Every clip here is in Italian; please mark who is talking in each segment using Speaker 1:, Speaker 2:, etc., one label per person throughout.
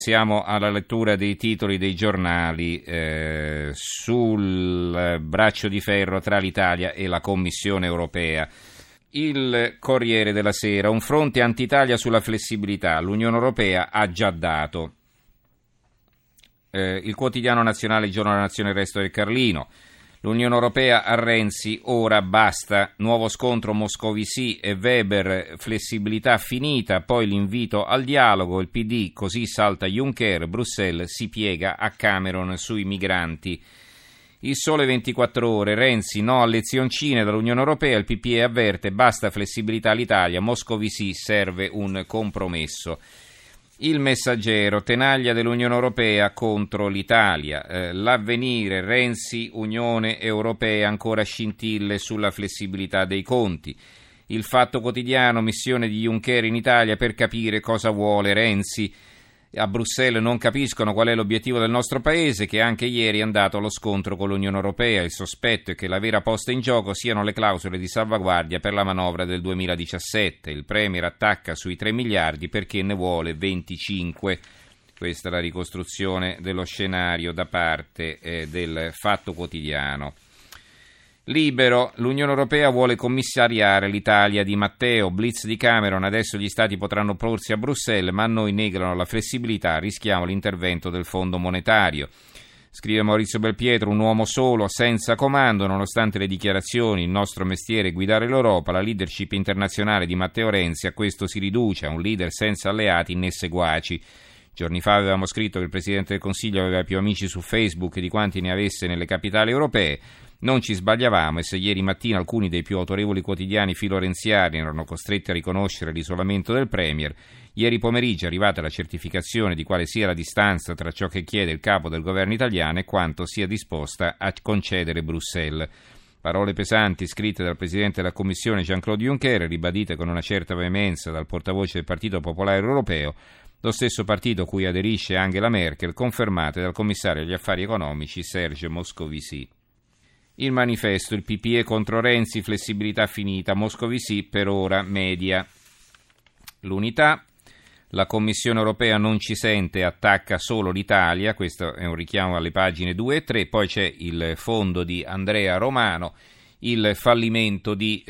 Speaker 1: Siamo alla lettura dei titoli dei giornali sul braccio di ferro tra l'Italia e la Commissione europea. Il Corriere della Sera, un fronte anti-Italia sulla flessibilità, l'Unione Europea ha già dato. Il Quotidiano Nazionale, il Giorno della Nazione, il Resto del Carlino. L'Unione Europea a Renzi, ora basta, nuovo scontro Moscovici e Weber, flessibilità finita, poi l'invito al dialogo, il PD, così salta Juncker, Bruxelles si piega a Cameron sui migranti. Il Sole 24 Ore, Renzi no a lezioncine dall'Unione Europea, il PPE avverte basta flessibilità all'Italia, Moscovici serve un compromesso. Il Messaggero, tenaglia dell'Unione Europea contro l'Italia, l'Avvenire, Renzi, Unione Europea, ancora scintille sulla flessibilità dei conti. Il Fatto Quotidiano, missione di Juncker in Italia per capire cosa vuole Renzi. A Bruxelles non capiscono qual è l'obiettivo del nostro paese, che anche ieri è andato allo scontro con l'Unione Europea. Il sospetto è che la vera posta in gioco siano le clausole di salvaguardia per la manovra del 2017. Il Premier attacca sui 3 miliardi perché ne vuole 25. Questa è la ricostruzione dello scenario da parte del Fatto Quotidiano. Libero, l'Unione Europea vuole commissariare l'Italia di Matteo, blitz di Cameron, adesso gli stati potranno opporsi a Bruxelles, ma a noi negano la flessibilità, rischiamo l'intervento del Fondo Monetario. Scrive Maurizio Belpietro, un uomo solo, senza comando, nonostante le dichiarazioni, il nostro mestiere è guidare l'Europa, la leadership internazionale di Matteo Renzi a questo si riduce, a un leader senza alleati né seguaci. Giorni fa avevamo scritto che il Presidente del Consiglio aveva più amici su Facebook di quanti ne avesse nelle capitali europee. Non ci sbagliavamo e se ieri mattina alcuni dei più autorevoli quotidiani filorenziani erano costretti a riconoscere l'isolamento del Premier, ieri pomeriggio è arrivata la certificazione di quale sia la distanza tra ciò che chiede il capo del governo italiano e quanto sia disposta a concedere Bruxelles. Parole pesanti scritte dal Presidente della Commissione Jean-Claude Juncker, ribadite con una certa veemenza dal portavoce del Partito Popolare Europeo, lo stesso partito cui aderisce Angela Merkel, confermate dal commissario agli affari economici Serge Moscovici. Il Manifesto, il PPE contro Renzi, flessibilità finita, Moscovici per ora media. L'Unità, la Commissione europea non ci sente, attacca solo l'Italia, questo è un richiamo alle pagine 2 e 3, poi c'è il fondo di Andrea Romano, il fallimento di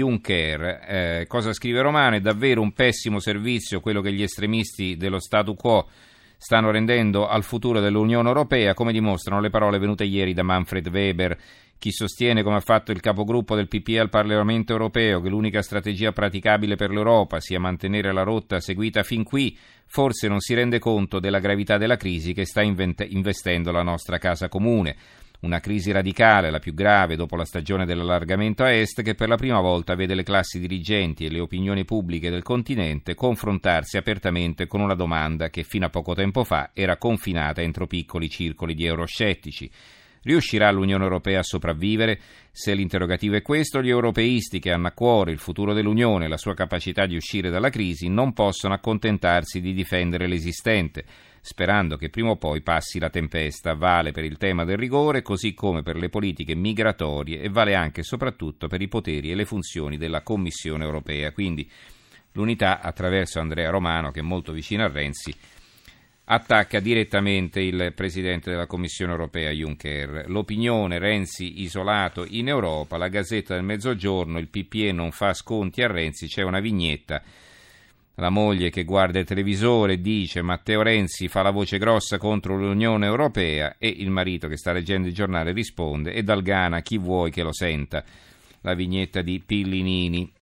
Speaker 1: Juncker. Cosa scrive Romano? È davvero un pessimo servizio quello che gli estremisti dello statu quo stanno rendendo al futuro dell'Unione Europea, come dimostrano le parole venute ieri da Manfred Weber. Chi sostiene, come ha fatto il capogruppo del PPE al Parlamento Europeo, che l'unica strategia praticabile per l'Europa sia mantenere la rotta seguita fin qui, forse non si rende conto della gravità della crisi che sta investendo la nostra casa comune. Una crisi radicale, la più grave dopo la stagione dell'allargamento a est, che per la prima volta vede le classi dirigenti e le opinioni pubbliche del continente confrontarsi apertamente con una domanda che fino a poco tempo fa era confinata entro piccoli circoli di euroscettici. Riuscirà l'Unione Europea a sopravvivere? Se l'interrogativo è questo, gli europeisti che hanno a cuore il futuro dell'Unione e la sua capacità di uscire dalla crisi non possono accontentarsi di difendere l'esistente, sperando che prima o poi passi la tempesta. Vale per il tema del rigore, così come per le politiche migratorie e vale anche e soprattutto per i poteri e le funzioni della Commissione Europea. Quindi l'Unità, attraverso Andrea Romano, che è molto vicino a Renzi, attacca direttamente il Presidente della Commissione Europea Juncker. L'Opinione, Renzi isolato in Europa, la Gazzetta del Mezzogiorno, il PPE non fa sconti a Renzi, c'è una vignetta, la moglie che guarda il televisore dice Matteo Renzi fa la voce grossa contro l'Unione Europea e il marito che sta leggendo il giornale risponde e dal Ghana chi vuoi che lo senta, la vignetta di Pillinini.